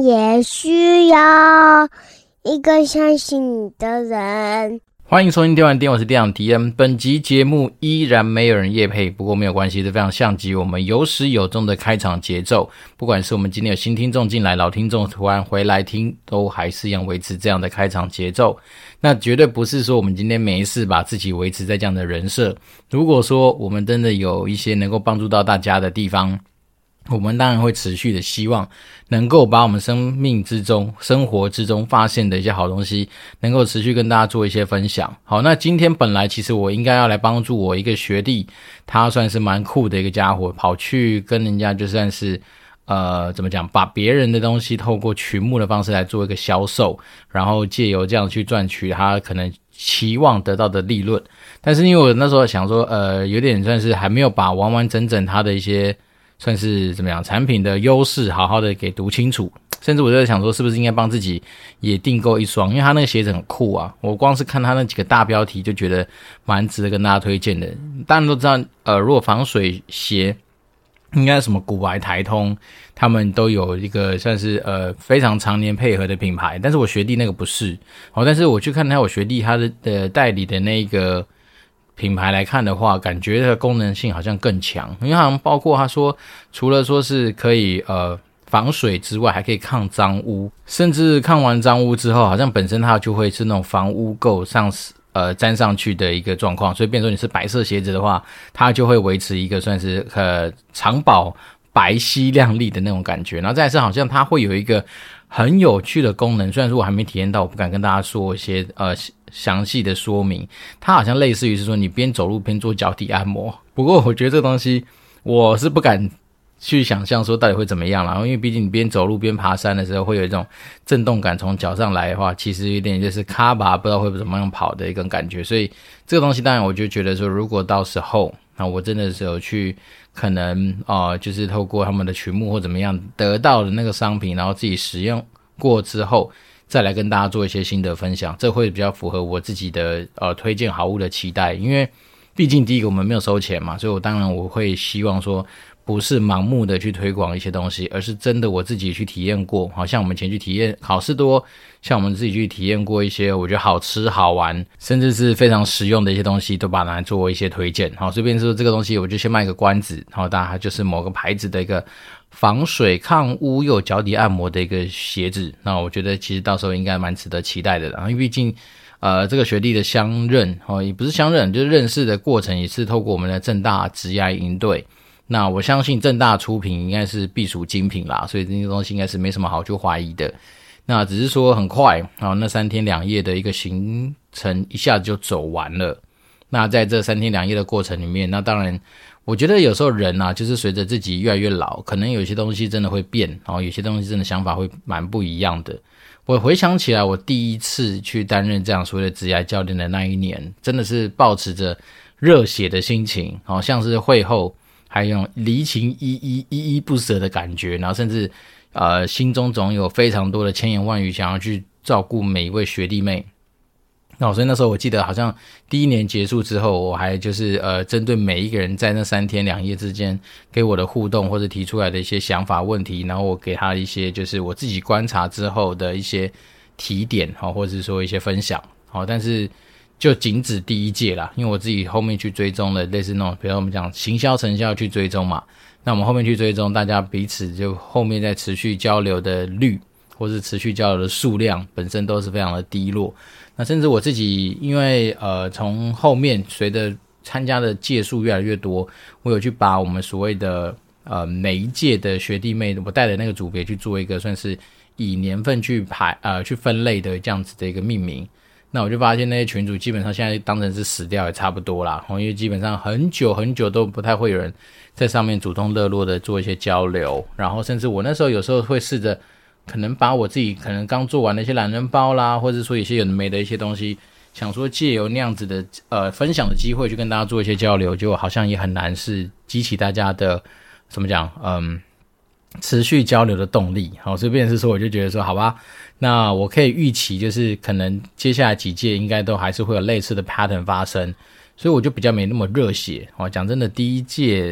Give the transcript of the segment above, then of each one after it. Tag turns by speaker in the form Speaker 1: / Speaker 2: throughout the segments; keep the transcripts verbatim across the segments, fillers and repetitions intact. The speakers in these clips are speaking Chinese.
Speaker 1: 也需要一个相信你的人。
Speaker 2: 欢迎收听电玩店，我是店长迪恩。本集节目依然没有人业配，不过没有关系，是非常像极我们有始有终的开场节奏。不管是我们今天有新听众进来，老听众突然回来听，都还是一样维持这样的开场节奏。那绝对不是说我们今天没事把自己维持在这样的人设。如果说我们真的有一些能够帮助到大家的地方，我们当然会持续的希望能够把我们生命之中生活之中发现的一些好东西能够持续跟大家做一些分享。好，那今天本来其实我应该要来帮助我一个学弟，他算是蛮酷的一个家伙，跑去跟人家就算是呃怎么讲，把别人的东西透过群募的方式来做一个销售，然后借由这样去赚取他可能期望得到的利润。但是因为我那时候想说呃有点算是还没有把完完整整他的一些算是怎么样产品的优势好好的给读清楚，甚至我就在想说是不是应该帮自己也订购一双，因为他那个鞋子很酷啊，我光是看他那几个大标题就觉得蛮值得跟大家推荐的。大家都知道呃，如果防水鞋应该什么古玩台通他们都有一个算是呃非常常年配合的品牌，但是我学弟那个不是哦，但是我去看他我学弟他的呃代理的那个品牌来看的话，感觉的功能性好像更强，因为好像包括他说除了说是可以呃防水之外，还可以抗脏污，甚至抗完脏污之后好像本身它就会是那种防污垢上呃粘上去的一个状况，所以变成说你是白色鞋子的话，它就会维持一个算是呃长保白皙亮丽的那种感觉。然后再来是好像它会有一个很有趣的功能，虽然说我还没体验到，我不敢跟大家说一些呃详细的说明，它好像类似于是说你边走路边做脚底按摩。不过我觉得这个东西我是不敢去想象说到底会怎么样啦，因为毕竟你边走路边爬山的时候会有一种震动感从脚上来的话，其实有点就是卡吧不知道会怎么样跑的一个感觉。所以这个东西当然我就觉得说，如果到时候那我真的是有去可能呃就是透过他们的群募或怎么样得到的那个商品，然后自己使用过之后再来跟大家做一些心得分享，这会比较符合我自己的呃推荐好物的期待。因为毕竟第一个我们没有收钱嘛，所以我当然我会希望说不是盲目的去推广一些东西，而是真的我自己去体验过，好像我们前去体验好事多，像我们自己去体验过一些我觉得好吃好玩甚至是非常实用的一些东西，都把它来做一些推荐。好，随便说这个东西我就先卖个关子，然后大家就是某个牌子的一个防水抗污又有脚底按摩的一个鞋子，那我觉得其实到时候应该蛮值得期待的。然后因为毕竟呃这个学弟的相认哦，也不是相认，就是认识的过程也是透过我们的政大职涯营队，那我相信政大出品应该是必属精品啦，所以这些东西应该是没什么好去怀疑的。那只是说很快哦，那三天两夜的一个行程一下子就走完了。那在这三天两夜的过程里面，那当然我觉得有时候人啊，就是随着自己越来越老，可能有些东西真的会变，然后有些东西真的想法会蛮不一样的。我回想起来，我第一次去担任这样所谓的职业教练的那一年，真的是抱持着热血的心情，好像是会后还有那种离情依依依依不舍的感觉，然后甚至呃心中总有非常多的千言万语想要去照顾每一位学弟妹。那所以那时候我记得好像第一年结束之后，我还就是呃针对每一个人在那三天两夜之间给我的互动或者提出来的一些想法问题，然后我给他一些就是我自己观察之后的一些提点或者是说一些分享。好，但是就仅止第一届啦，因为我自己后面去追踪了类似那种比如我们讲行销成效去追踪嘛，那我们后面去追踪大家彼此就后面在持续交流的率或是持续交流的数量本身都是非常的低落。那甚至我自己因为呃从后面随着参加的届数越来越多，我有去把我们所谓的呃每一届的学弟妹我带的那个组别去做一个算是以年份去排呃去分类的这样子的一个命名。那我就发现那些群组基本上现在当成是死掉也差不多啦，因为基本上很久很久都不太会有人在上面主动热络的做一些交流，然后甚至我那时候有时候会试着可能把我自己可能刚做完的一些懒人包啦，或者说一些有的没的一些东西，想说借由那样子的呃分享的机会去跟大家做一些交流，就好像也很难是激起大家的怎么讲嗯持续交流的动力。好，所以变成是说我就觉得说好吧，那我可以预期就是可能接下来几届应该都还是会有类似的 pattern 发生，所以我就比较没那么热血。讲真的，第一届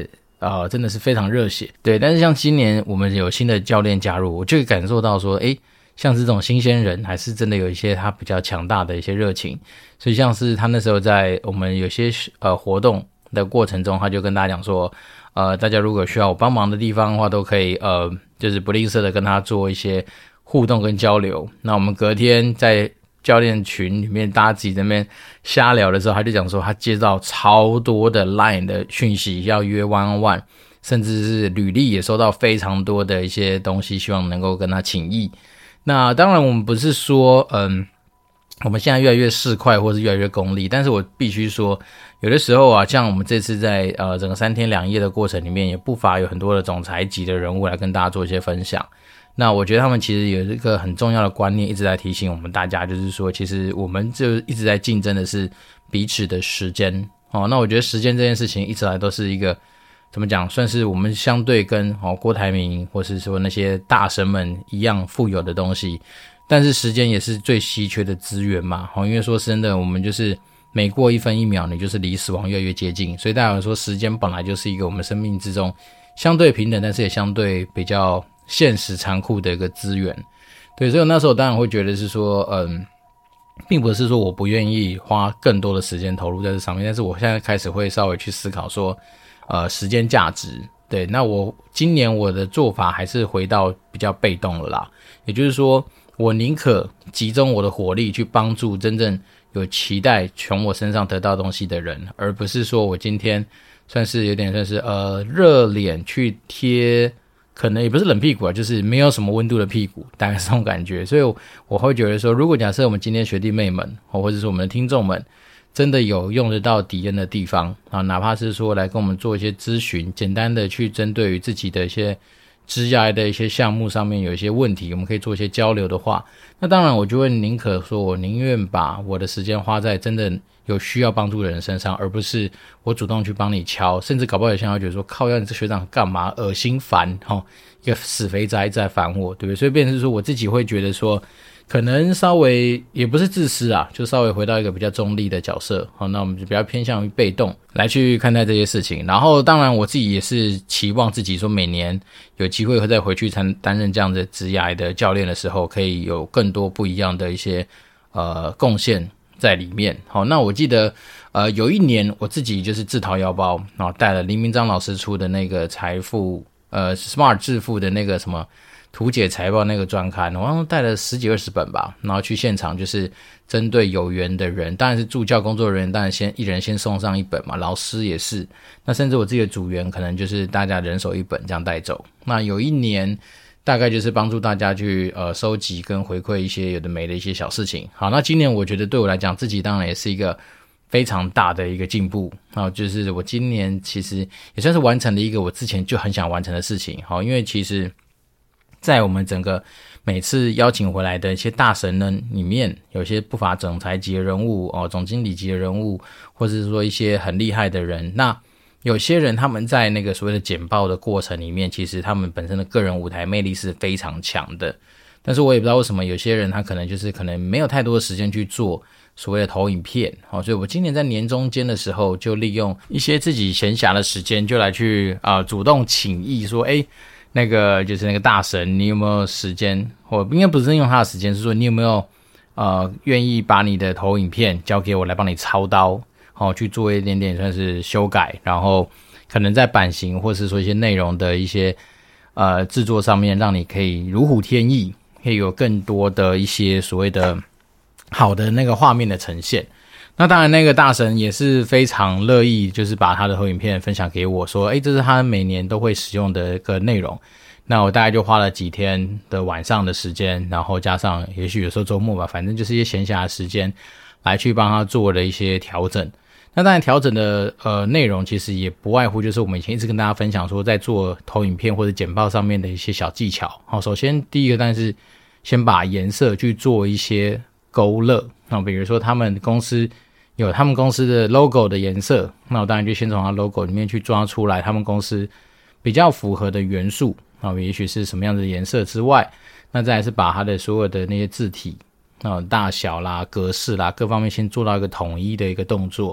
Speaker 2: 呃真的是非常热血。对，但是像今年我们有新的教练加入，我就会感受到说诶像是这种新鲜人还是真的有一些他比较强大的一些热情。所以像是他那时候在我们有些呃活动的过程中，他就跟大家讲说呃大家如果需要我帮忙的地方的话，都可以呃就是不吝啬的跟他做一些互动跟交流。那我们隔天在教练群里面大家自己在那边瞎聊的时候，他就讲说他接到超多的 Line 的讯息要约 one on one， 甚至是履历也收到非常多的一些东西，希望能够跟他请益。那当然我们不是说嗯，我们现在越来越市侩或是越来越功利，但是我必须说有的时候啊，像我们这次在呃整个三天两夜的过程里面，也不乏有很多的总裁级的人物来跟大家做一些分享。那我觉得他们其实有一个很重要的观念一直在提醒我们大家，就是说其实我们就一直在竞争的是彼此的时间哦。那我觉得时间这件事情一直来都是一个怎么讲，算是我们相对跟哦郭台铭或是说那些大神们一样富有的东西，但是时间也是最稀缺的资源嘛。哦，因为说真的，我们就是每过一分一秒，你就是离死亡越来越接近，所以大家说时间本来就是一个我们生命之中相对平等，但是也相对比较现实残酷的一个资源。对，所以我那时候当然会觉得是说嗯，并不是说我不愿意花更多的时间投入在这上面，但是我现在开始会稍微去思考说呃，时间价值。对，那我今年我的做法还是回到比较被动了啦，也就是说我宁可集中我的火力去帮助真正有期待从我身上得到东西的人，而不是说我今天算是有点算是呃热脸去贴，可能也不是冷屁股啊，就是没有什么温度的屁股，大概是这种感觉。所以我我会觉得说，如果假设我们今天学弟妹们或者是我们的听众们真的有用得到敌人的地方啊，哪怕是说来跟我们做一些咨询，简单的去针对于自己的一些职涯的一些项目上面有一些问题，我们可以做一些交流的话，那当然我就会宁可说我宁愿把我的时间花在真的有需要帮助的人身上，而不是我主动去帮你敲，甚至搞不好有些人会觉得说靠腰你这学长干嘛恶心烦齁，一个死肥宅在烦我，对不对？所以变成是说我自己会觉得说可能稍微也不是自私啊，就稍微回到一个比较中立的角色。好，那我们就比较偏向于被动来去看待这些事情。然后当然我自己也是期望自己说每年有机会会再回去担任这样的职涯的教练的时候，可以有更多不一样的一些呃贡献在里面。好，那我记得呃有一年我自己就是自掏腰包，然后带了林明章老师出的那个财富呃 Smart 致富的那个什么图解财报那个专刊，我好像带了十几二十本吧，然后去现场就是针对有缘的人，当然是助教工作人员，当然先一人先送上一本嘛，老师也是，那甚至我自己的组员可能就是大家人手一本这样带走。那有一年大概就是帮助大家去呃收集跟回馈一些有的没的一些小事情。好，那今年我觉得对我来讲自己当然也是一个非常大的一个进步，好，就是我今年其实也算是完成了一个我之前就很想完成的事情。好，因为其实在我们整个每次邀请回来的一些大神呢里面，有些不乏总裁级的人物哦，总经理级的人物，或者是说一些很厉害的人。那有些人他们在那个所谓的简报的过程里面，其实他们本身的个人舞台魅力是非常强的，但是我也不知道为什么有些人他可能就是可能没有太多的时间去做所谓的投影片。好，所以我今年在年中间的时候就利用一些自己闲暇的时间，就来去啊、呃、主动请益说，诶那个就是那个大神，你有没有时间？或应该不是用他的时间，是说你有没有呃愿意把你的投影片交给我来帮你操刀，好、哦、去做一点点算是修改，然后可能在版型或是说一些内容的一些呃制作上面，让你可以如虎添翼，可以有更多的一些所谓的好的那个画面的呈现。那当然那个大神也是非常乐意就是把他的投影片分享给我说，诶这是他每年都会使用的一个内容。那我大概就花了几天的晚上的时间，然后加上也许有时候周末吧，反正就是一些闲暇的时间来去帮他做了一些调整。那当然调整的呃内容其实也不外乎就是我们以前一直跟大家分享说在做投影片或者简报上面的一些小技巧。好，首先第一个当然是先把颜色去做一些勾勒，那比如说他们公司有他们公司的 logo 的颜色，那我当然就先从他 logo 里面去抓出来他们公司比较符合的元素，那也许是什么样的颜色之外，那再来是把它的所有的那些字体那大小啦格式啦各方面先做到一个统一的一个动作。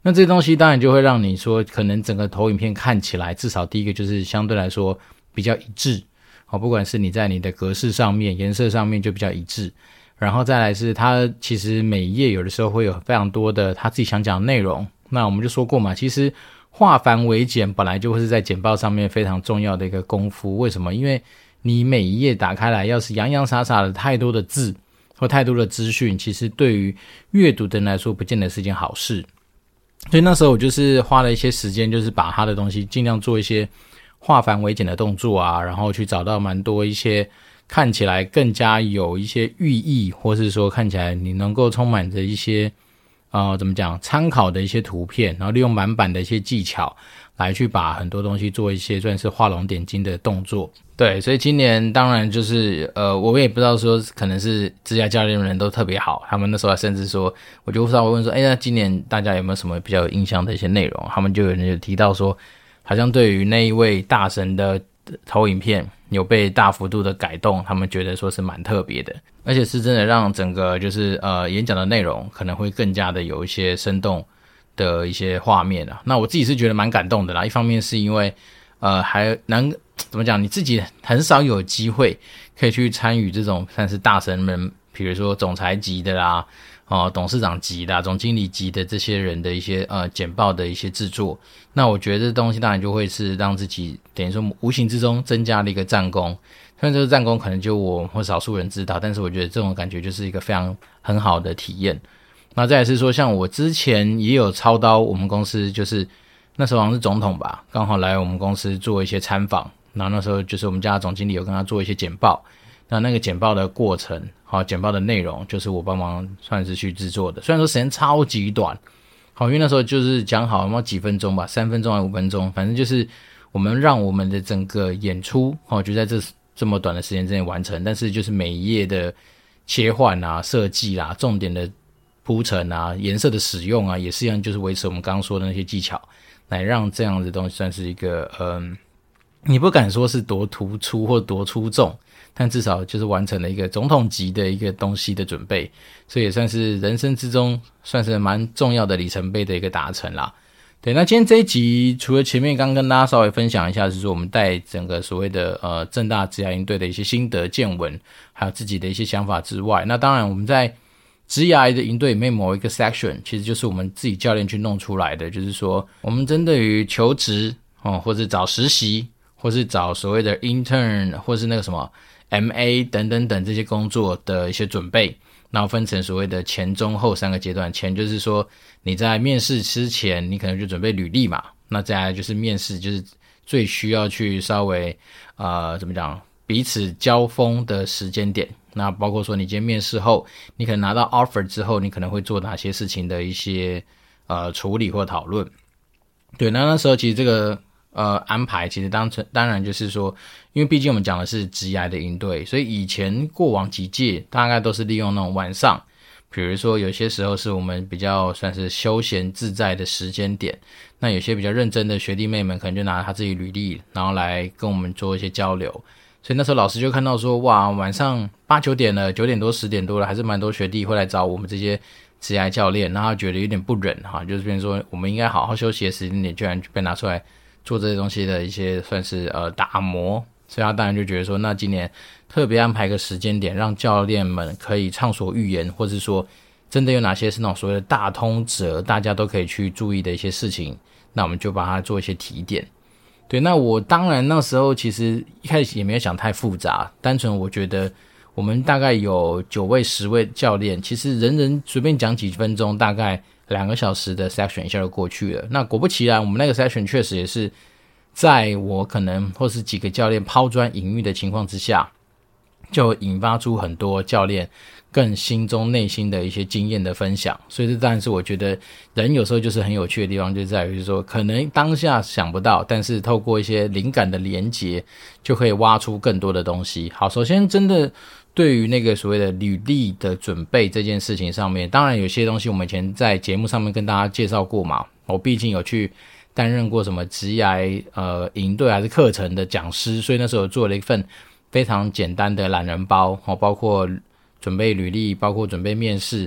Speaker 2: 那这些东西当然就会让你说可能整个投影片看起来至少第一个就是相对来说比较一致，好，不管是你在你的格式上面颜色上面就比较一致，然后再来是它其实每一页有的时候会有非常多的他自己想讲的内容，那我们就说过嘛，其实化繁为简本来就会是在简报上面非常重要的一个功夫。为什么？因为你每一页打开来要是洋洋洒洒的太多的字或太多的资讯，其实对于阅读的人来说不见得是一件好事。所以那时候我就是花了一些时间，就是把他的东西尽量做一些化繁为简的动作啊，然后去找到蛮多一些看起来更加有一些寓意，或是说看起来你能够充满着一些呃，怎么讲参考的一些图片，然后利用满版的一些技巧来去把很多东西做一些算是画龙点睛的动作。对，所以今年当然就是呃，我也不知道说可能是职业教练的人都特别好，他们那时候甚至说，我就稍微问说，哎，那今年大家有没有什么比较有印象的一些内容？他们就有人就提到说，好像对于那一位大神的投影片有被大幅度的改动，他们觉得说是蛮特别的，而且是真的让整个就是呃演讲的内容可能会更加的有一些生动的一些画面啊。那我自己是觉得蛮感动的啦，一方面是因为呃还能怎么讲，你自己很少有机会可以去参与这种算是大神们，比如说总裁级的啦，哦，董事长级的、总经理级的这些人的一些呃简报的一些制作，那我觉得这东西当然就会是让自己等于说无形之中增加了一个战功。虽然这个战功可能就我或少数人知道，但是我觉得这种感觉就是一个非常很好的体验。那再来是说，像我之前也有操刀我们公司，就是那时候好像是总统吧，刚好来我们公司做一些参访，然后那时候就是我们家的总经理有跟他做一些简报。那那个简报的过程，好，简报的内容就是我帮忙算是去制作的。虽然说时间超级短，好，因为那时候就是讲好有没有几分钟吧，三分钟还是五分钟，反正就是我们让我们的整个演出，好，就在这这么短的时间之内完成。但是就是每一页的切换啊、设计啦、重点的铺陈啊、颜色的使用啊，也是一样，就是维持我们刚刚说的那些技巧，来让这样的东西算是一个嗯。你不敢说是多突出或多出众，但至少就是完成了一个总统级的一个东西的准备，所以也算是人生之中算是蛮重要的里程碑的一个达成啦。对，那今天这一集除了前面刚跟大家稍微分享一下是说我们带整个所谓的呃政大职涯营队的一些心得见闻，还有自己的一些想法之外，那当然我们在职涯的营队里面某一个 section 其实就是我们自己教练去弄出来的，就是说我们针对于求职哦，或是找实习，或是找所谓的 intern 或是那个什么 M A 等等等这些工作的一些准备，然后分成所谓的前中后三个阶段。前就是说你在面试之前你可能就准备履历嘛，那再来就是面试，就是最需要去稍微呃怎么讲彼此交锋的时间点，那包括说你今天面试后你可能拿到 offer 之后你可能会做哪些事情的一些呃处理或讨论。对，那那时候其实这个呃，安排其实当成当然就是说，因为毕竟我们讲的是职涯的营队，所以以前过往几届大概都是利用那种晚上，比如说有些时候是我们比较算是休闲自在的时间点，那有些比较认真的学弟妹们可能就拿他自己履历，然后来跟我们做一些交流。所以那时候老师就看到说，哇，晚上八九点了，九点多十点多了，还是蛮多学弟会来找我们这些职涯教练，然后他觉得有点不忍哈，就是变成说我们应该好好休息的时间点，居然被拿出来做这些东西的一些算是呃打磨，所以他当然就觉得说，那今年特别安排个时间点，让教练们可以畅所欲言，或是说真的有哪些是那种所谓的大通则，大家都可以去注意的一些事情，那我们就把它做一些提点。对，那我当然那时候其实一开始也没有想太复杂，单纯我觉得我们大概有九位十位教练，其实人人随便讲几分钟，大概两个小时的 section 一下就过去了。那果不其然，我们那个 section 确实也是在我可能或是几个教练抛砖引玉的情况之下，就引发出很多教练更心中内心的一些经验的分享。所以这当然是我觉得人有时候就是很有趣的地方，就在于说可能当下想不到，但是透过一些灵感的连结就可以挖出更多的东西。好，首先真的对于那个所谓的履历的准备这件事情上面，当然有些东西我们以前在节目上面跟大家介绍过嘛，我毕竟有去担任过什么职涯呃营队还是课程的讲师，所以那时候做了一份非常简单的懒人包，包括准备履历，包括准备面试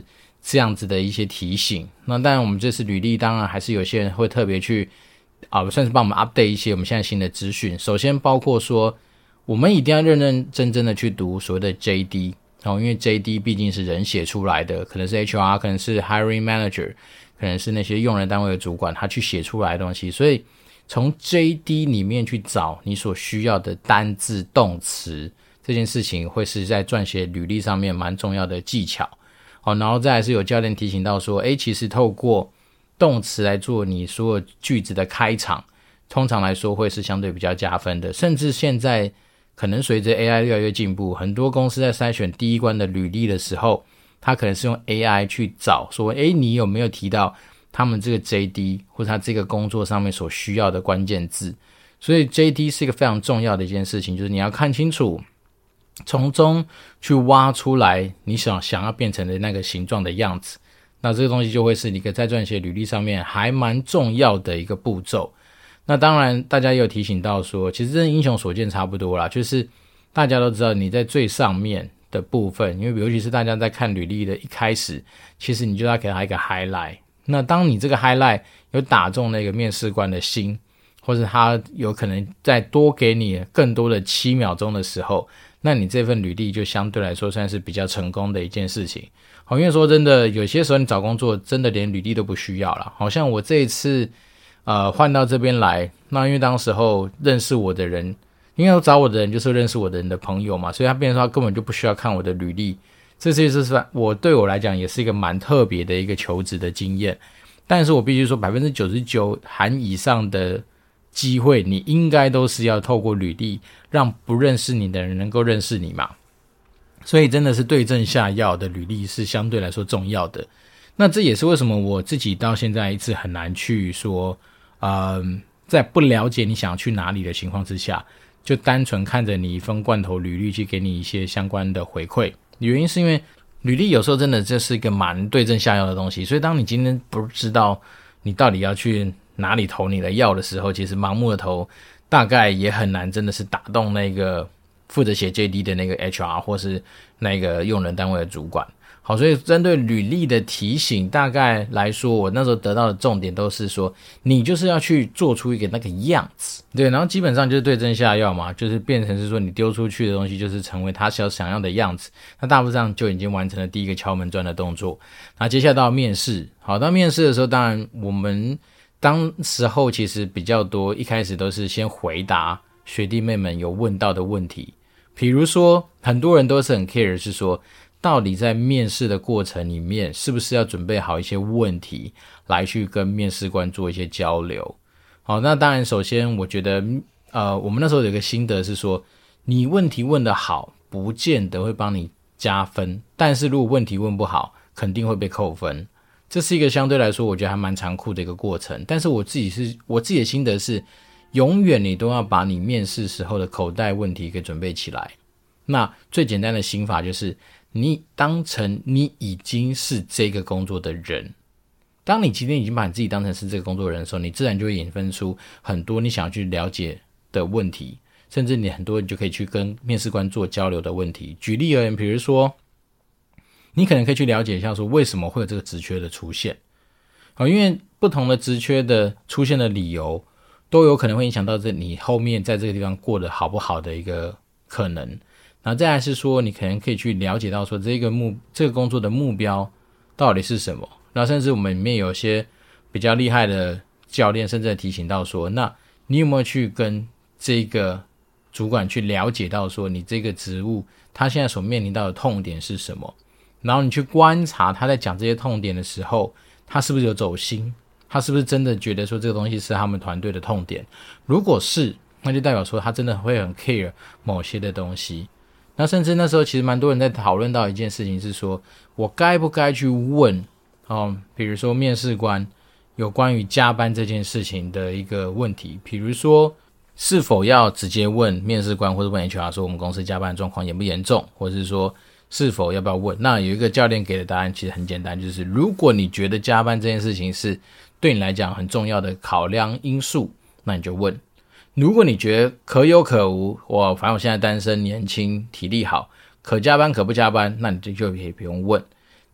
Speaker 2: 这样子的一些提醒。那当然我们这次履历当然还是有些人会特别去啊，算是帮我们 update 一些我们现在新的资讯。首先包括说我们一定要认认真真的去读所谓的 J D、哦、因为 J D 毕竟是人写出来的，可能是 H R， 可能是 hiring manager， 可能是那些用人单位的主管他去写出来的东西，所以从 J D 里面去找你所需要的单字动词，这件事情会是在撰写履历上面蛮重要的技巧。好，然后再来是有教练提醒到说，诶，其实透过动词来做你所有句子的开场，通常来说会是相对比较加分的。甚至现在可能随着 A I 越来越进步，很多公司在筛选第一关的履历的时候，他可能是用 A I 去找说，诶，你有没有提到他们这个 J D 或者他这个工作上面所需要的关键字。所以 J D 是一个非常重要的一件事情，就是你要看清楚，从中去挖出来你想想要变成的那个形状的样子。那这个东西就会是你在撰写履历上面还蛮重要的一个步骤。那当然大家也有提醒到说，其实真的英雄所见差不多啦，就是大家都知道你在最上面的部分，因为尤其是大家在看履历的一开始，其实你就要给他一个 highlight。 那当你这个 highlight 有打中那个面试官的心，或者他有可能再多给你更多的七秒钟的时候，那你这份履历就相对来说算是比较成功的一件事情。好，因为说真的，有些时候你找工作真的连履历都不需要啦。好像我这一次呃换到这边来，那因为当时候认识我的人，因为找我的人就是认识我的人的朋友嘛，所以他变成说他根本就不需要看我的履历。这就是我对我来讲也是一个蛮特别的一个求职的经验。但是我必须说 百分之九十九 含以上的机会，你应该都是要透过履历让不认识你的人能够认识你嘛。所以真的是对症下药的履历是相对来说重要的。那这也是为什么我自己到现在一直很难去说呃，在不了解你想要去哪里的情况之下，就单纯看着你一份罐头履历去给你一些相关的回馈。原因是因为履历有时候真的这是一个蛮对症下药的东西，所以当你今天不知道你到底要去哪里投你的药的时候，其实盲目的投大概也很难真的是打动那个负责写 J D 的那个 H R 或是那个用人单位的主管。好，所以针对履历的提醒，大概来说我那时候得到的重点都是说，你就是要去做出一个那个样子，对，然后基本上就是对症下药嘛，就是变成是说你丢出去的东西就是成为他想想要的样子，那大部分上就已经完成了第一个敲门砖的动作。那接下来到面试，好，到面试的时候，当然我们当时候其实比较多，一开始都是先回答学弟妹们有问到的问题。比如说很多人都是很 care 是说，到底在面试的过程里面是不是要准备好一些问题来去跟面试官做一些交流。好，那当然首先我觉得呃，我们那时候有一个心得是说，你问题问得好不见得会帮你加分，但是如果问题问不好肯定会被扣分。这是一个相对来说我觉得还蛮残酷的一个过程，但是我自己是我自己的心得是，永远你都要把你面试时候的口袋问题给准备起来。那最简单的心法就是你当成你已经是这个工作的人，当你今天已经把你自己当成是这个工作的人的时候，你自然就会引分出很多你想要去了解的问题，甚至你很多人就可以去跟面试官做交流的问题。举例而言，比如说你可能可以去了解一下说为什么会有这个职缺的出现。好，因为不同的职缺的出现的理由都有可能会影响到这你后面在这个地方过得好不好的一个可能。然后再来是说，你可能可以去了解到说这个目这个工作的目标到底是什么。然后甚至我们里面有些比较厉害的教练甚至提醒到说，那你有没有去跟这个主管去了解到说你这个职务他现在所面临到的痛点是什么，然后你去观察他在讲这些痛点的时候，他是不是有走心，他是不是真的觉得说这个东西是他们团队的痛点。如果是，那就代表说他真的会很 care 某些的东西。那甚至那时候其实蛮多人在讨论到一件事情是说，我该不该去问哦，比如说面试官有关于加班这件事情的一个问题，比如说是否要直接问面试官或者问 H R 说我们公司加班的状况严不严重，或者是说是否要不要问。那有一个教练给的答案其实很简单，就是如果你觉得加班这件事情是对你来讲很重要的考量因素，那你就问。如果你觉得可有可无，我反正我现在单身年轻体力好，可加班可不加班，那你就就也不用问。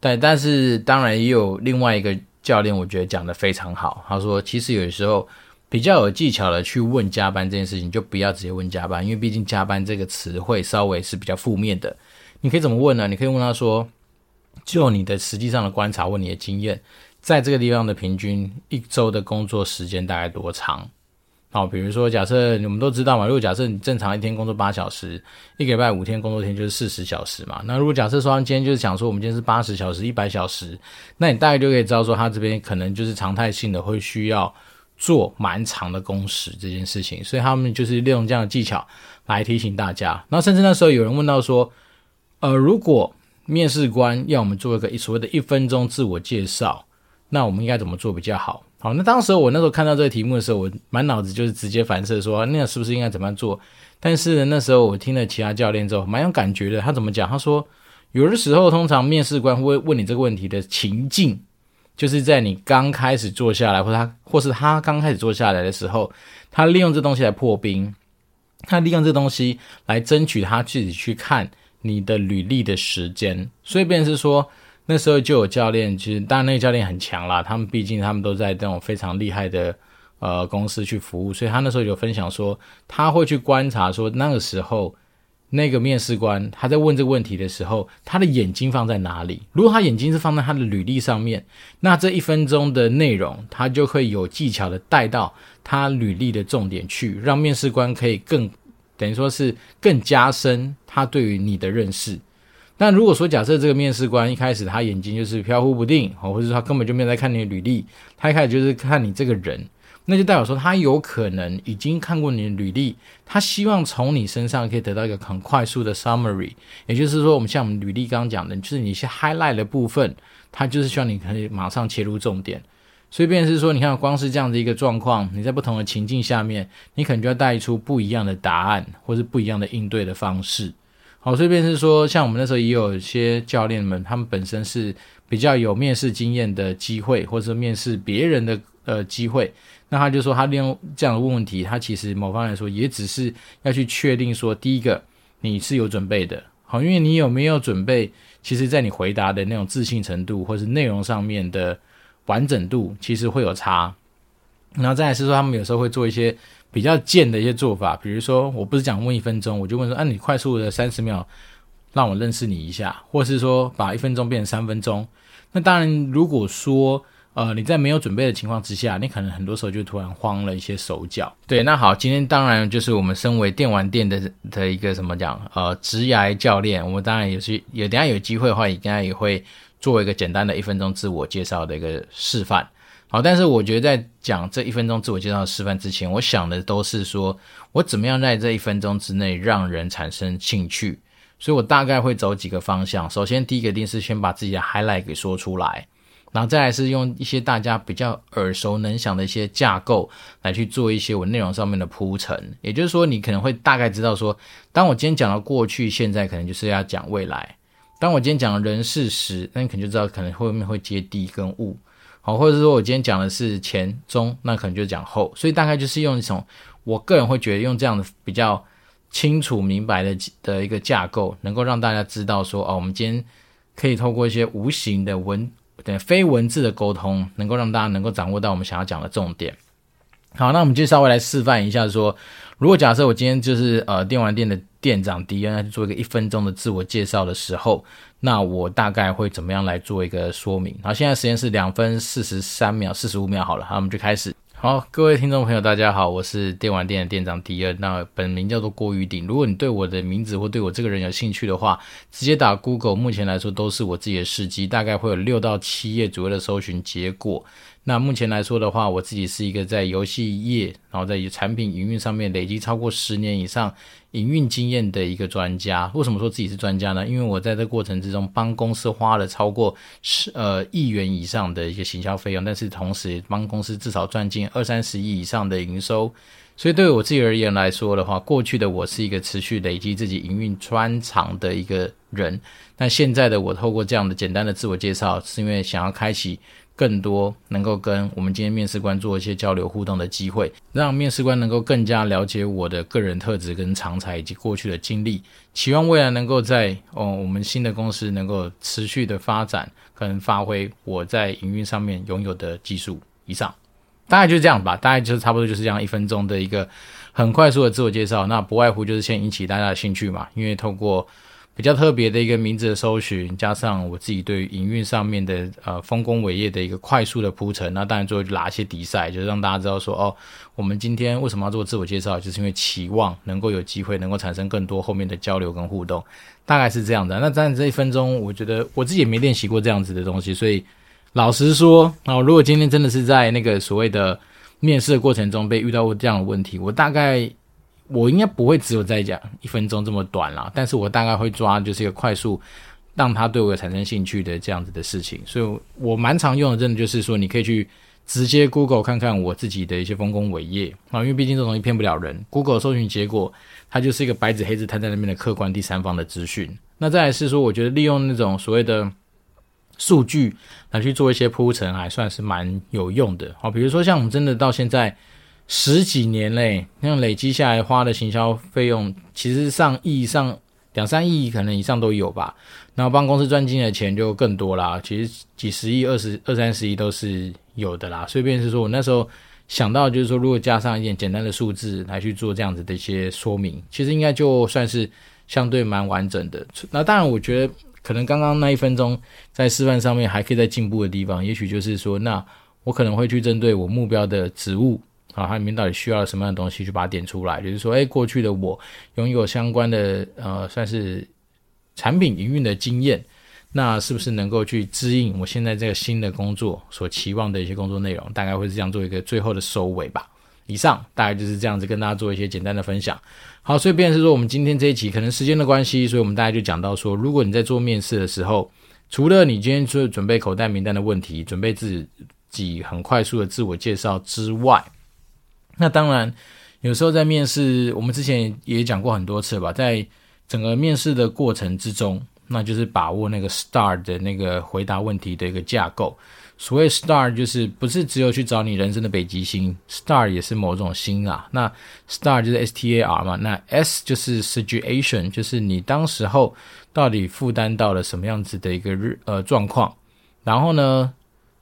Speaker 2: 对，但是当然也有另外一个教练我觉得讲得非常好，他说其实有时候比较有技巧的去问加班这件事情，就不要直接问加班，因为毕竟加班这个词汇稍微是比较负面的。你可以怎么问呢？你可以问他说，就你的实际上的观察，问你的经验，在这个地方的平均一周的工作时间大概多长？好，比如说假设我们都知道嘛，如果假设你正常一天工作八小时，一个礼拜五天工作天就是四十小时嘛。那如果假设说他今天就是讲说我们今天是八十小时、一百小时，那你大概就可以知道说他这边可能就是常态性的会需要做蛮长的工时这件事情，所以他们就是利用这样的技巧来提醒大家。然后甚至那时候有人问到说，呃，如果面试官要我们做一个所谓的一分钟自我介绍，那我们应该怎么做比较好？好，那当时我那时候看到这个题目的时候，我满脑子就是直接反射说，那是不是应该怎么样做？但是呢，那时候我听了其他教练之后，蛮有感觉的。他怎么讲？他说，有的时候通常面试官会问你这个问题的情境，就是在你刚开始坐下来，或者他，或是他刚开始坐下来的时候，他利用这东西来破冰，他利用这东西来争取他自己去看你的履历的时间。所以变成是说，那时候就有教练，其实当然那个教练很强啦，他们毕竟他们都在那种非常厉害的呃公司去服务，所以他那时候有分享说，他会去观察说那个时候那个面试官他在问这个问题的时候，他的眼睛放在哪里。如果他眼睛是放在他的履历上面，那这一分钟的内容他就会有技巧的带到他履历的重点去，让面试官可以更等于说是更加深他对于你的认识。那如果说假设这个面试官一开始他眼睛就是飘忽不定，或者说他根本就没有在看你的履历，他一开始就是看你这个人，那就代表说他有可能已经看过你的履历，他希望从你身上可以得到一个很快速的 summary， 也就是说我们像我们履历刚刚讲的，就是你一些 highlight 的部分，他就是希望你可以马上切入重点。所以变成是说，你看光是这样的一个状况，你在不同的情境下面，你可能就要带出不一样的答案，或是不一样的应对的方式。好，所以变成是说，像我们那时候也有一些教练们，他们本身是比较有面试经验的机会，或者是面试别人的呃机会，那他就说他利用这样的问问题，他其实某方面来说也只是要去确定说，第一个你是有准备的，好，因为你有没有准备，其实在你回答的那种自信程度，或是内容上面的完整度，其实会有差。然后再来是说，他们有时候会做一些比较贱的一些做法，比如说我不是讲问一分钟，我就问说，啊，你快速的三十秒让我认识你一下，或是说把一分钟变成三分钟。那当然如果说呃你在没有准备的情况之下，你可能很多时候就突然慌了一些手脚。对，那好，今天当然就是我们身为电玩店的的一个什么讲呃职涯教练，我们当然也是也等一下有机会的话，也应该也会做一个简单的一分钟自我介绍的一个示范。好，但是我觉得在讲这一分钟自我介绍的示范之前，我想的都是说我怎么样在这一分钟之内让人产生兴趣，所以我大概会走几个方向。首先第一个一定是先把自己的 highlight 给说出来，然后再来是用一些大家比较耳熟能详的一些架构来去做一些我内容上面的铺陈。也就是说你可能会大概知道说，当我今天讲到过去，现在可能就是要讲未来，当我今天讲人事时，那你可能就知道可能后面会接地跟物，好，或者说我今天讲的是前中，那可能就讲后，所以大概就是用一种我个人会觉得用这样的比较清楚明白的的一个架构，能够让大家知道说，哦，我们今天可以透过一些无形的文非文字的沟通，能够让大家能够掌握到我们想要讲的重点。好，那我们就稍微来示范一下说，如果假设我今天就是呃电玩店的店长迪恩，要去做一个一分钟的自我介绍的时候，那我大概会怎么样来做一个说明。好，现在时间是两分四十三秒四十五秒好了，好，我们就开始。好，各位听众朋友大家好，我是电玩店的店长迪恩，那本名叫做郭玉鼎。如果你对我的名字或对我这个人有兴趣的话，直接打 Google， 目前来说都是我自己的事迹，大概会有六到七页左右的搜寻结果。那目前来说的话，我自己是一个在游戏业，然后在产品营运上面累积超过十年以上营运经验的一个专家。为什么说自己是专家呢？因为我在这过程之中帮公司花了超过呃亿元以上的一个行销费用，但是同时帮公司至少赚进二三十亿以上的营收。所以对于我自己而言来说的话，过去的我是一个持续累积自己营运专长的一个人，但现在的我透过这样的简单的自我介绍，是因为想要开启更多能够跟我们今天面试官做一些交流互动的机会，让面试官能够更加了解我的个人特质跟长才以及过去的经历，期望未来能够在、哦、我们新的公司能够持续的发展，可能发挥我在营运上面拥有的技术以上。大概就是这样吧，大概就是差不多就是这样一分钟的一个很快速的自我介绍。那不外乎就是先引起大家的兴趣嘛，因为透过比较特别的一个名字的搜寻，加上我自己对于营运上面的呃丰功伟业的一个快速的铺陈，那当然最后就拉一些比赛，就是让大家知道说哦，我们今天为什么要做自我介绍，就是因为期望能够有机会能够产生更多后面的交流跟互动，大概是这样的。那当然这一分钟我觉得我自己也没练习过这样子的东西，所以老实说、哦、如果今天真的是在那个所谓的面试的过程中被遇到过这样的问题，我大概我应该不会只有在讲一分钟这么短啦，但是我大概会抓就是一个快速让他对我有产生兴趣的这样子的事情。所以我蛮常用的真的就是说你可以去直接 Google 看看我自己的一些丰功伟业、啊、因为毕竟这种东西骗不了人， Google 搜寻结果它就是一个白纸黑字摊在那边的客观第三方的资讯。那再来是说我觉得利用那种所谓的数据来去做一些铺陈还算是蛮有用的。好，比如说像我们真的到现在十几年嘞，那样累积下来花的行销费用其实上亿上两三亿可能以上都有吧，然后帮公司赚进的钱就更多啦，其实几十亿二十二三十亿都是有的啦。所以便是说我那时候想到就是说如果加上一点简单的数字来去做这样子的一些说明，其实应该就算是相对蛮完整的。那当然我觉得可能刚刚那一分钟在示范上面还可以再进步的地方，也许就是说那我可能会去针对我目标的职务啊，它里面到底需要什么样的东西去把它点出来，就是说诶过去的我拥有相关的呃算是产品营运的经验，那是不是能够去支应我现在这个新的工作所期望的一些工作内容，大概会是这样做一个最后的收尾吧。以上大概就是这样子跟大家做一些简单的分享。好，所以变成是说我们今天这一集可能时间的关系，所以我们大概就讲到说，如果你在做面试的时候，除了你今天就准备口袋名单的问题，准备自己很快速的自我介绍之外，那当然有时候在面试我们之前也讲过很多次吧，在整个面试的过程之中，那就是把握那个 S T A R 的那个回答问题的一个架构。所谓 S T A R 就是不是只有去找你人生的北极星， S T A R 也是某种星啊。那 S T A R 就是 S T A R 嘛，那 S 就是 situation， 就是你当时候到底负担到了什么样子的一个日呃状况。然后呢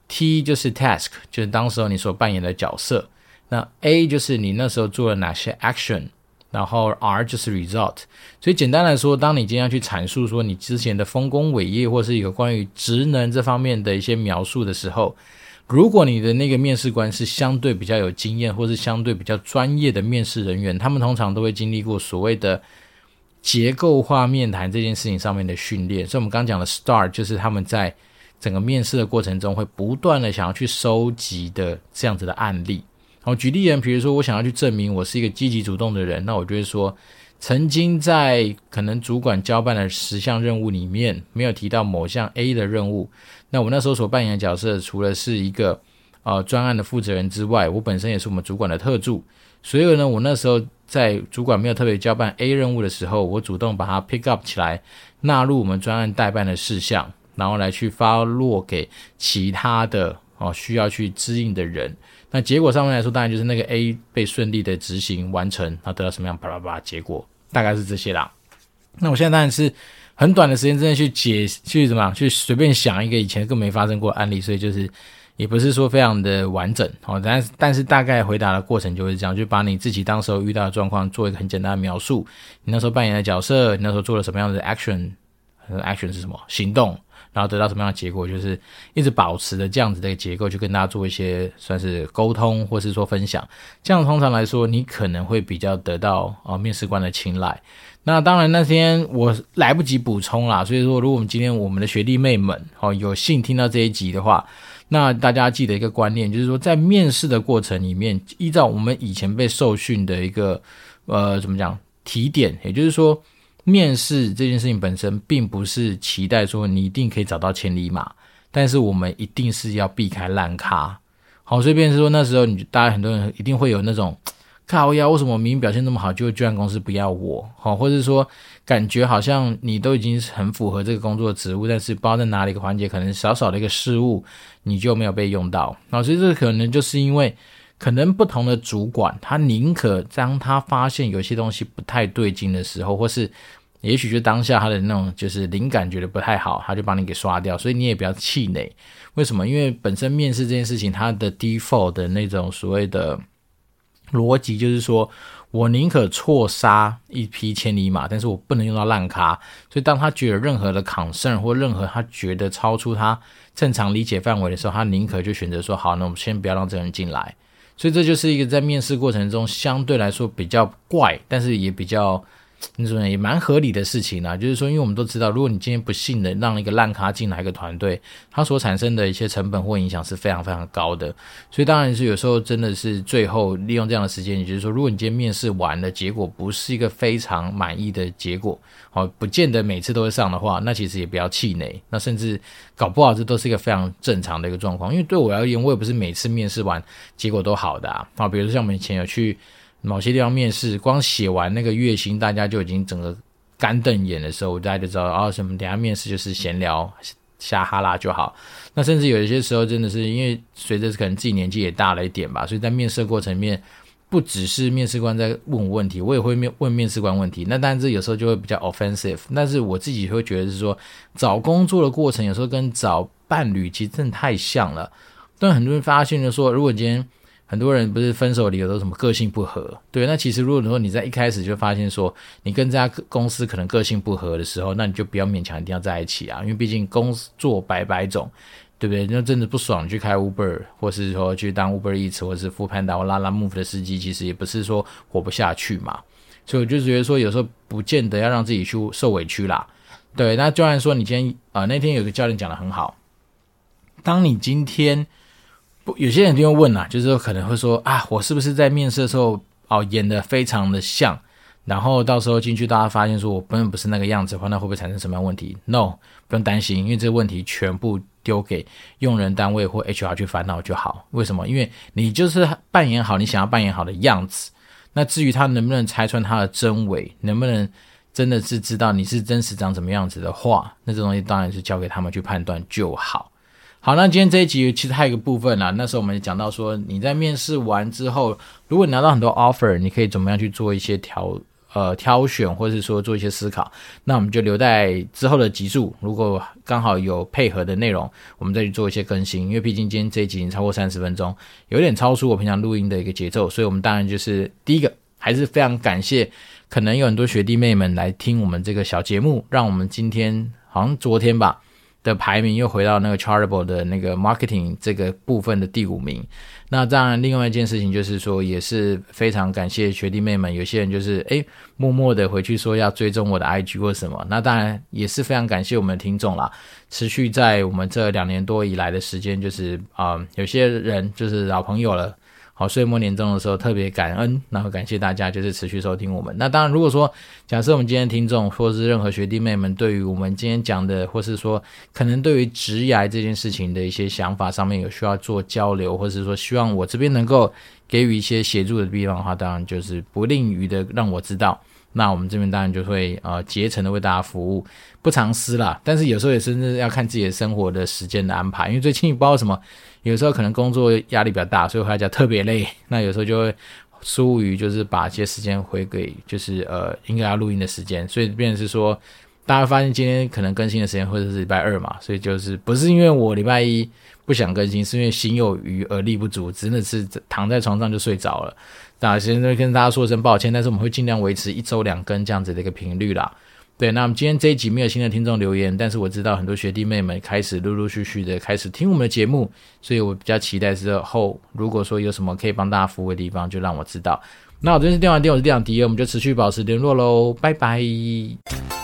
Speaker 2: T 就是 task， 就是当时候你所扮演的角色。那 A 就是你那时候做了哪些 action， 然后 R 就是 result。 所以简单来说，当你今天要去阐述说你之前的丰功伟业或是一个关于职能这方面的一些描述的时候，如果你的那个面试官是相对比较有经验或是相对比较专业的面试人员，他们通常都会经历过所谓的结构化面谈这件事情上面的训练。所以我们刚刚讲的 S T A R 就是他们在整个面试的过程中会不断的想要去收集的这样子的案例。好，举例人，比如说我想要去证明我是一个积极主动的人，那我就会说曾经在可能主管交办的十项任务里面没有提到某项 A 的任务，那我那时候所扮演的角色除了是一个呃专案的负责人之外，我本身也是我们主管的特助，所以呢我那时候在主管没有特别交办 A 任务的时候，我主动把它 pick up 起来，纳入我们专案代办的事项，然后来去发落给其他的哦需要去支应的人。那结果上面来说，当然就是那个 A 被顺利的执行完成，然后得到什么样巴拉巴拉结果，大概是这些啦。那我现在当然是很短的时间之内去解去怎么样去随便想一个以前更没发生过的案例，所以就是也不是说非常的完整哦，但是但是大概回答的过程就是这样，就把你自己当时候遇到的状况做一个很简单的描述，你那时候扮演的角色，你那时候做了什么样的 action， action 是什么行动，然后得到什么样的结果，就是一直保持的这样子的一个结构去跟大家做一些算是沟通或是说分享，这样通常来说你可能会比较得到、呃、面试官的青睐。那当然那天我来不及补充啦，所以说如果我们今天我们的学弟妹们、哦、有幸听到这一集的话，那大家记得一个观念，就是说在面试的过程里面，依照我们以前被受训的一个呃怎么讲提点，也就是说面试这件事情本身并不是期待说你一定可以找到千里马，但是我们一定是要避开烂咖。好，所以变成说那时候你大家很多人一定会有那种靠呀，为什么我明明表现那么好，就居然公司不要我？好，或者说感觉好像你都已经很符合这个工作职务，但是不知道在哪里一个环节，可能少少的一个失误，你就没有被用到。然后所以这个可能就是因为可能不同的主管，他宁可当他发现有些东西不太对劲的时候，或是也许就当下他的那种就是灵感觉得不太好，他就帮你给刷掉，所以你也不要气馁。为什么？因为本身面试这件事情，它的 default 的那种所谓的逻辑就是说，我宁可错杀一匹千里马，但是我不能用到烂咖。所以当他觉得任何的 concern 或任何他觉得超出他正常理解范围的时候，他宁可就选择说好，那我们先不要让这个人进来。所以这就是一个在面试过程中相对来说比较怪，但是也比较你说也蛮合理的事情啦、啊。就是说因为我们都知道，如果你今天不幸的让一个烂咖进来一个团队，它所产生的一些成本或影响是非常非常高的。所以当然是有时候真的是最后利用这样的时间，也就是说如果你今天面试完的结果不是一个非常满意的结果，好，不见得每次都会上的话，那其实也不要气馁，那甚至搞不好这都是一个非常正常的一个状况。因为对我而言，我也不是每次面试完结果都好的啊。好，比如说像我们以前有去某些地方面试，光写完那个月薪，大家就已经整个干瞪眼的时候，大家就知道啊，什么等一下面试就是闲聊瞎哈拉就好。那甚至有一些时候真的是因为随着可能自己年纪也大了一点吧，所以在面试过程里面不只是面试官在问我问题，我也会面问面试官问题。那当然这有时候就会比较 offensive， 但是我自己会觉得是说，找工作的过程有时候跟找伴侣其实真的太像了。但很多人发现就说，如果今天很多人不是分手理由都什么个性不合，对，那其实如果说你在一开始就发现说你跟这家公司可能个性不合的时候，那你就不要勉强一定要在一起啊，因为毕竟工作百百种，对不对？那真的不爽你去开 Uber， 或是说去当 Uber Eats 或是 Foodpanda 或 Lalamove 的司机，其实也不是说活不下去嘛。所以我就觉得说有时候不见得要让自己去受委屈啦。对，那就然说你今天呃那天有个教练讲得很好，当你今天有些人就会问啦、啊，就是说可能会说啊，我是不是在面试的时候哦演得非常的像，然后到时候进去大家发现说我根本不是那个样子的话，那会不会产生什么样的问题 ？No， 不用担心，因为这个问题全部丢给用人单位或 H R 去烦恼就好。为什么？因为你就是扮演好你想要扮演好的样子。那至于他能不能拆穿他的真伪，能不能真的是知道你是真实长什么样子的话，那这东西当然是交给他们去判断就好。好，那今天这一集其实还有一个部分啦，那时候我们也讲到说，你在面试完之后，如果你拿到很多 offer， 你可以怎么样去做一些挑呃挑选，或者是说做一些思考。那我们就留在之后的集数，如果刚好有配合的内容，我们再去做一些更新。因为毕竟今天这一集已经超过三十分钟，有点超出我平常录音的一个节奏，所以我们当然就是第一个还是非常感谢，可能有很多学弟妹们来听我们这个小节目，让我们今天好像昨天吧的排名又回到那个 Chartable 的那个 marketing 这个部分的第五名。那当然另外一件事情就是说，也是非常感谢学弟妹们，有些人就是诶默默的回去说要追踪我的 I G 或什么，那当然也是非常感谢我们的听众啦，持续在我们这两年多以来的时间，就是啊、呃、有些人就是老朋友了，好，岁末年终的时候特别感恩，然后感谢大家就是持续收听我们。那当然如果说假设我们今天的听众或是任何学弟妹们对于我们今天讲的，或是说可能对于职涯这件事情的一些想法上面有需要做交流，或是说希望我这边能够给予一些协助的地方的话，当然就是不吝于的让我知道，那我们这边当然就会呃竭诚的为大家服务，不藏私啦，但是有时候也甚至要看自己的生活的时间的安排，因为最近不知道什么，有时候可能工作压力比较大，所以回家特别累，那有时候就会疏于就是把一些时间回给就是呃应该要录音的时间，所以变成是说大家发现今天可能更新的时间或者是礼拜二嘛，所以就是不是因为我礼拜一不想更新，是因为心有余而力不足，真的是躺在床上就睡着了。那现在跟大家说声抱歉，但是我们会尽量维持一周两更这样子的一个频率啦。对，那我们今天这一集没有新的听众留言，但是我知道很多学弟妹们开始陆陆续续的开始听我们的节目，所以我比较期待之后如果说有什么可以帮大家服务的地方，就让我知道。那我这边是电玩店，我是店长迪恩，我们就持续保持联络咯，拜拜。